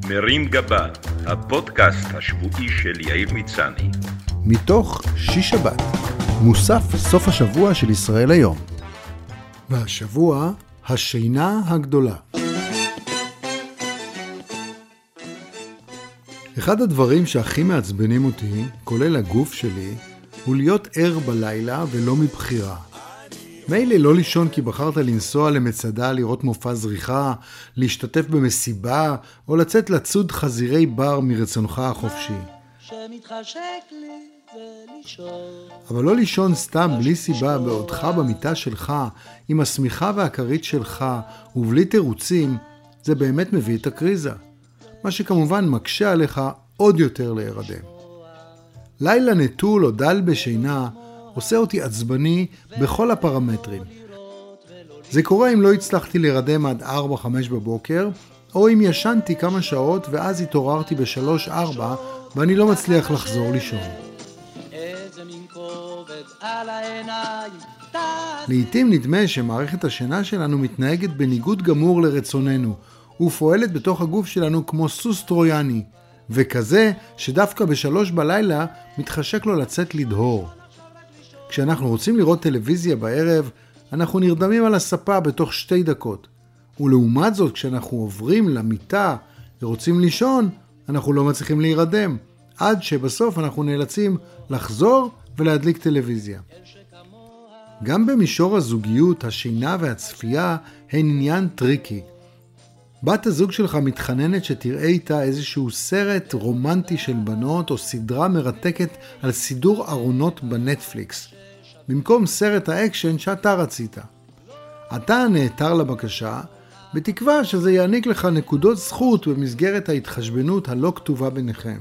מרים גבה, הפודקאסט השבועי של יאיר מצני. מתוך שיש שבת, מוסף סוף השבוע של ישראל היום. והשבוע, השינה הגדולה. אחד הדברים שהכי מעצבנים אותי, כולל הגוף שלי, הוא להיות ער בלילה ולא מבחירה. מילא לא לישון כי בחרת לנסוע למצדה, לראות מופע זריחה, להשתתף במסיבה, או לצאת לצוד חזירי בר מרצונך החופשי. אבל לא לישון סתם בלי סיבה בעודך במיטה שלך, עם השמיכה והכרית שלך, ובלי תירוצים, זה באמת מביא את הקריזה. מה שכמובן מקשה עליך עוד יותר להירדם. לילה נטול או דל בשינה עושה אותי עצבני בכל הפרמטרים. זה קורה אם לא הצלחתי להירדם עד 4-5 בבוקר, או אם ישנתי כמה שעות ואז התעוררתי ב-3-4 ואני לא מצליח לחזור לישון. לעתים נדמה שמערכת השינה שלנו מתנהגת בניגוד גמור לרצוננו, ופועלת בתוך הגוף שלנו כמו סוס טרויאני, וכזה שדווקא ב-3 בלילה מתחשק לו לצאת לדהור. כשאנחנו רוצים לראות טלוויזיה בערב, אנחנו נרדמים על הספה בתוך 2 דקות. ולעומת זאת, כשאנחנו עוברים למיטה ורוצים לישון, אנחנו לא מצליחים להירדם, עד שבסוף אנחנו נאלצים לחזור ולהדליק טלוויזיה. גם במישור הזוגיות, השינה והצפייה הן עניין טריקי. בת הזוג שלך מתחננת שתראה איתה איזשהו סרט רומנטי של בנות או סדרה מרתקת על סידור ארונות בנטפליקס, במקום סרט האקשן שאתה רצית. אתה נעתר לבקשה, בתקווה שזה יעניק לך נקודות זכות במסגרת ההתחשבנות הלא כתובה ביניכם.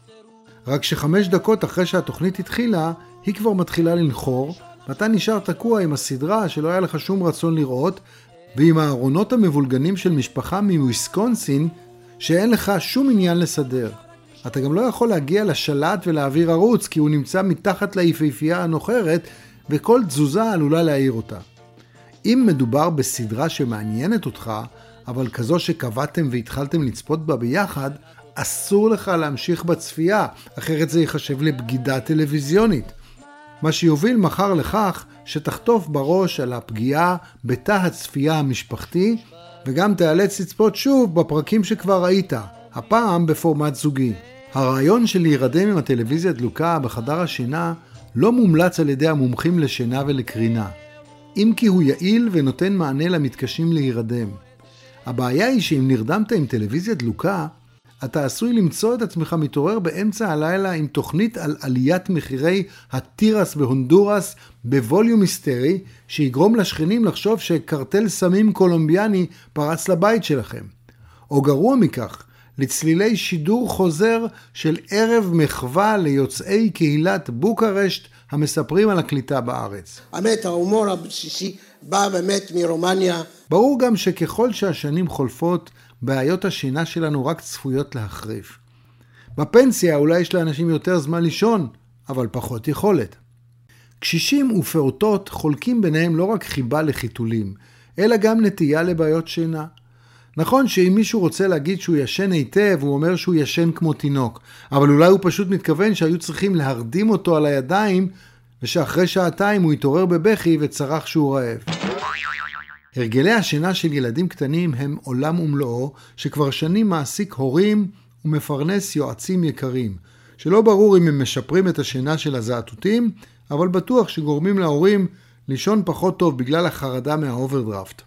רק ש5 דקות אחרי שהתוכנית התחילה, היא כבר מתחילה לנחור, ואתה נשאר תקוע עם הסדרה שלא היה לך שום רצון לראות, ועם הארונות המבולגנים של משפחה מוויסקונסין שאין לך שום עניין לסדר. אתה גם לא יכול להגיע לשלט ולהעביר ערוץ כי הוא נמצא מתחת ליפהפייה הנוחרת וכל תזוזה עלולה להעיר אותה. אם מדובר בסדרה שמעניינת אותך, אבל כזו שקבעתם והתחלתם לצפות בה ביחד, אסור לך להמשיך בצפייה, אחרת זה ייחשב לבגידה טלוויזיונית. מה שיוביל מחר לכך שתחטוף בראש על הפגיעה בתא הצפייה המשפחתי, וגם תיאלץ לצפות שוב בפרקים שכבר ראית, הפעם בפורמט זוגי. הרעיון של להירדם עם הטלוויזיה דלוקה בחדר השינה לא מומלץ על ידי המומחים לשינה ולקרינה, אם כי הוא יעיל ונותן מענה למתקשים להירדם. הבעיה היא שאם נרדמת עם טלוויזיה דלוקה, אתה עשוי למצוא את עצמך מתעורר באמצע הלילה עם תוכנית על עליית מחירי הטירס בהונדורס בווליום היסטרי, שיגרום לשכנים לחשוב שקרטל סמים קולומביאני פרץ לבית שלכם. או גרוע מכך, לצלילי שידור חוזר של ערב מחווה ליוצאי קהילת בוקרשט המספרים על הקליטה בארץ. האמת, ההומור הבסיסי בא באמת מרומניה. ברור גם שככל שהשנים חולפות, בעיות השינה שלנו רק צפויות להחריף. בפנסיה אולי יש לאנשים יותר זמן לישון, אבל פחות יכולת. קשישים ופעוטות חולקים ביניהם לא רק חיבה לחיתולים, אלא גם נטייה לבעיות שינה. נכון שאם מישהו רוצה להגיד שהוא ישן היטב, הוא אומר שהוא ישן כמו תינוק, אבל אולי הוא פשוט מתכוון שהיו צריכים להרדים אותו על הידיים, ושאחרי 2 שעתיים הוא יתעורר בבכי וצרח שהוא רעב. הרגלי השינה של ילדים קטנים הם עולם ומלואו, שכבר שנים מעסיק הורים ומפרנס יועצים יקרים, שלא ברור אם הם משפרים את השינה של הזעתותים, אבל בטוח שגורמים להורים לישון פחות טוב בגלל החרדה מהאוברדרפט.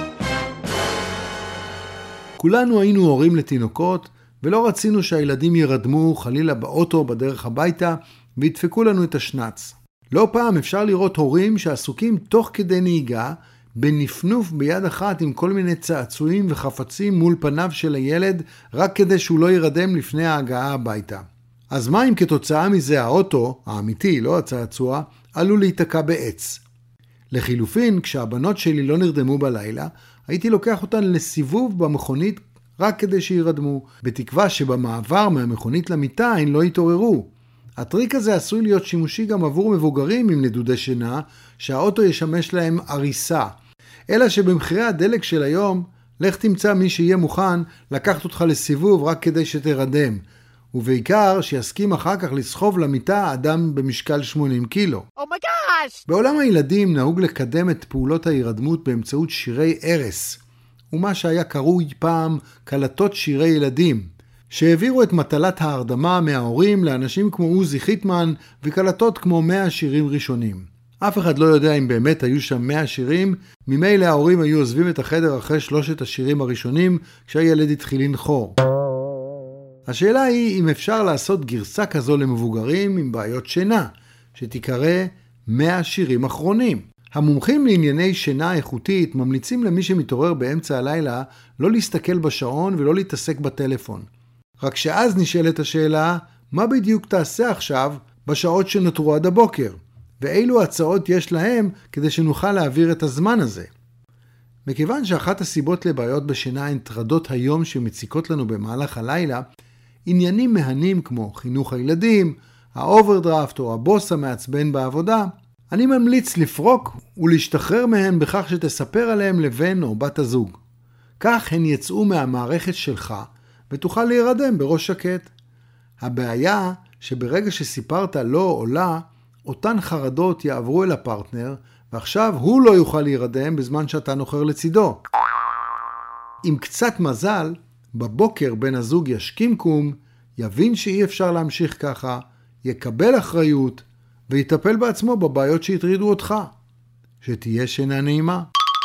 כולנו היינו הורים לתינוקות, ולא רצינו שהילדים ירדמו חלילה באוטו בדרך הביתה, וידפקו לנו את השנץ. לא פעם אפשר לראות הורים שעסוקים תוך כדי נהיגה, בנפנוף ביד אחת עם כל מיני צעצועים וחפצים מול פניו של הילד, רק כדי שהוא לא ירדם לפני ההגעה הביתה. אז מה אם כתוצאה מזה האוטו, האמיתי, לא הצעצוע, עלול להיתקע בעץ? לחילופין, כשהבנות שלי לא נרדמו בלילה, הייתי לוקח אותן לסיבוב במכונית רק כדי שירדמו, בתקווה שבמעבר מהמכונית למיטה הן לא יתעוררו. הטריק הזה עשוי להיות שימושי גם עבור מבוגרים עם נדודי שינה, שהאוטו ישמש להם עריסה. אלא שבמחירי הדלק של היום, לך תמצא מי שיהיה מוכן לקחת אותך לסיבוב רק כדי שתרדם, ובעיקר שיסכים אחר כך לסחוב למיטה אדם במשקל 80 קילו. בעולם הילדים נהוג לקדם את פעולות ההירדמות באמצעות שירי ערש, ומה שהיה קרוי פעם קלטות שירי ילדים, שהעבירו את מטלת ההרדמה מההורים לאנשים כמו עוזי חיטמן וקלטות כמו 100 שירים ראשונים. אף אחד לא יודע אם באמת היו שם 100 שירים, ממילא ההורים היו עוזבים את החדר אחרי 3 השירים הראשונים כשהילד התחיל לנחור. השאלה היא אם אפשר לעשות גרסה כזו למבוגרים עם בעיות שינה, שתיקרא 100 שירים אחרונים. המומחים לענייני שינה איכותית ממליצים למי שמתעורר באמצע הלילה לא להסתכל בשעון ולא להתעסק בטלפון. רק שאז נשאלת השאלה, מה בדיוק תעשה עכשיו בשעות שנותרו עד הבוקר? ואילו הצעות יש להם כדי שנוכל להעביר את הזמן הזה. מכיוון שאחת הסיבות לבעיות בשינה הן טרדות היום שמציקות לנו במהלך הלילה, עניינים מהנים כמו חינוך הילדים, האוברדרפט או הבוס המעצבן בעבודה, אני ממליץ לפרוק ולהשתחרר מהן בכך שתספר עליהם לבן או בת הזוג. כך הן יצאו מהמערכת שלך ותוכל להירדם בראש שקט. הבעיה שברגע שסיפרת לו או לה, אותן חרדות יעברו אל הפרטנר, ועכשיו הוא לא יוכל להירדם בזמן שאתה נוחר לצידו. עם קצת מזל, בבוקר בן הזוג ישכים קום, יבין שאי אפשר להמשיך ככה, יקבל אחריות, ויטפל בעצמו בבעיות שהטרידו אותך. שתהיה שינה נעימה.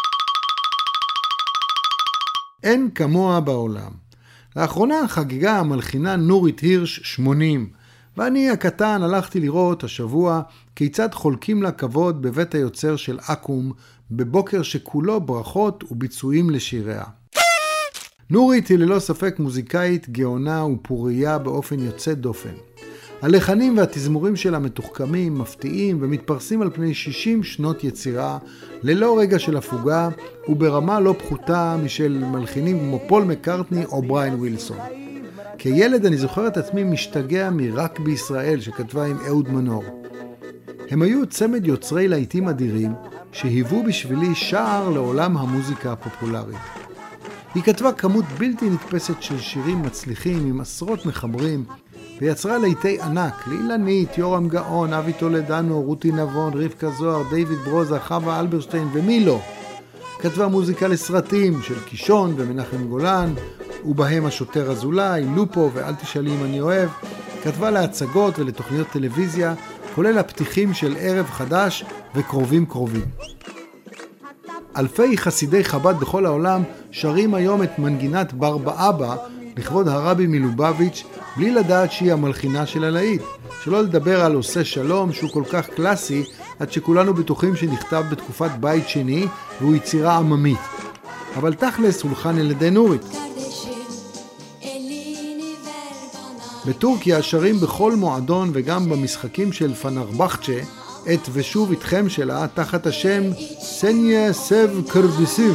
אין כמוה בעולם. לאחרונה חגגה המלחינה נורית הירש 80, ואני הקטן הלכתי לראות השבוע כיצד חולקים לה כבוד בבית היוצר של אקום, בבוקר שכולו ברכות וביצועים לשיריה. נורית היא ללא ספק מוזיקאית גאונה ופוריה באופן יוצא דופן. הלחנים והתזמורים שלה מתוחכמים, מפתיעים ומתפרסים על פני 60 שנות יצירה, ללא רגע של הפוגה וברמה לא פחותה משל מלחינים כמו פול מקרטני או בריין ווילסון. כילד אני זוכר את עצמי משתגע מרק בישראל שכתבה עם אהוד מנור. הם היו צמד יוצרי להיטים אדירים שהיוו בשבילי שער לעולם המוזיקה הפופולרית. היא כתבה כמות בלתי נתפסת של שירים מצליחים עם עשרות מחברים, ויצרה להיטי ענק, לאילנית, יורם גאון, אבי טולדנו, רותי נבון, רבקה זוהר, דיוויד ברוזה, חווה אלברשטיין ומי לא. כתבה מוזיקה לסרטים של קישון ומנחם גולן, ובהם השוטר אזולאי, לופו ואל תשאלי אם אני אוהב. כתבה להצגות ולתוכניות טלוויזיה, כולל הפתיחים של ערב חדש וקרובים קרובים. אלפי חסידי חב"ד בכל העולם שרים היום את מנגינת בר באבא לכבוד הרבי מלובביץ' בלי לדעת שהיא המלחינה של הלהיט. שלא לדבר על עושה שלום שהוא כל כך קלאסי עד שכולנו בטוחים שנכתב בתקופת בית שני והוא יצירה עממית. אבל תכלס הולחן על ידי נורית. בטורקיה שרים בכל מועדון וגם במשחקים של פנרבחצ'ה את ושוב איתכם שלה תחת השם סניה סב קרדיסים.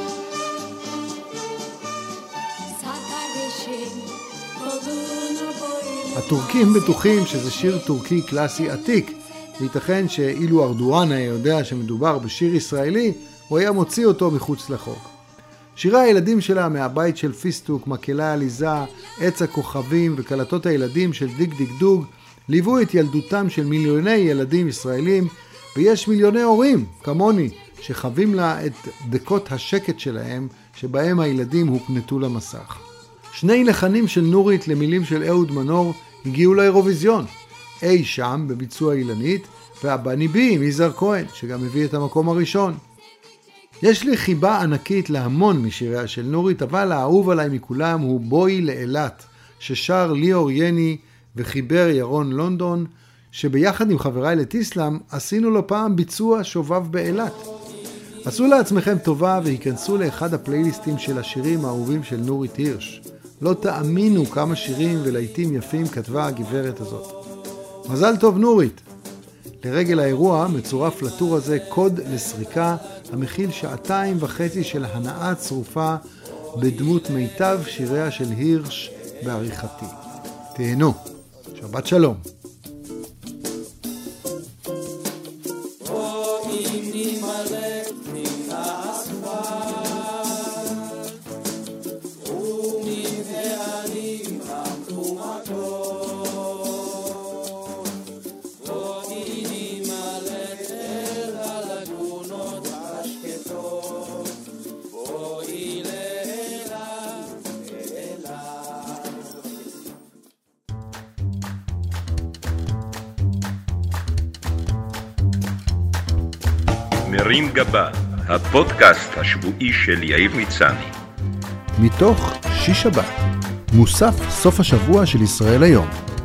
הטורקים בטוחים שזה שיר טורקי קלאסי עתיק, וייתכן שאילו ארדואן היה יודע שמדובר בשיר ישראלי, הוא היה מוציא אותו מחוץ לחוק. שירי הילדים שלה מהבית של פיסטוק, מקהלה עליזה, עץ הכוכבים וקלטות הילדים של דיג דיג דוג, ליוו את ילדותם של מיליוני ילדים ישראלים, ויש מיליוני הורים, כמוני, שחווים לה את דקות השקט שלהם, שבהם הילדים הוקנטו למסך. 2 לחנים של נורית למילים של אהוד מנור הגיעו לאירוויזיון, אי שם בביצוע אילנית, והבני בי עם יזהר כהן, שגם הביא את המקום הראשון. יש לי חיבה ענקית להמון משיריה של נורית, אבל האהוב עליי מכולם הוא בואי לאילת, ששר ליאור יני וחיבר ירון לונדון, שביחד עם חבריי לטיסלאם עשינו לו פעם ביצוע שובב באילת. עשו לעצמכם טובה והיכנסו לאחד הפלייליסטים של השירים האהובים של נורית הירש. לא תאמינו כמה שירים ולהיטים יפים כתבה הגברת הזאת. מזל טוב נורית. לרגל האירוע מצורף לטור הזה קוד לסריקה המכיל 2.5 שעות של הנאה צרופה בדמות מיטב שיריה של הירש בעריכתי. תהנו. שבת שלום. מרים גבה, הפודקאסט השבועי של יאיר מצני. מתוך שיש שבת, מוסף סוף השבוע של ישראל היום.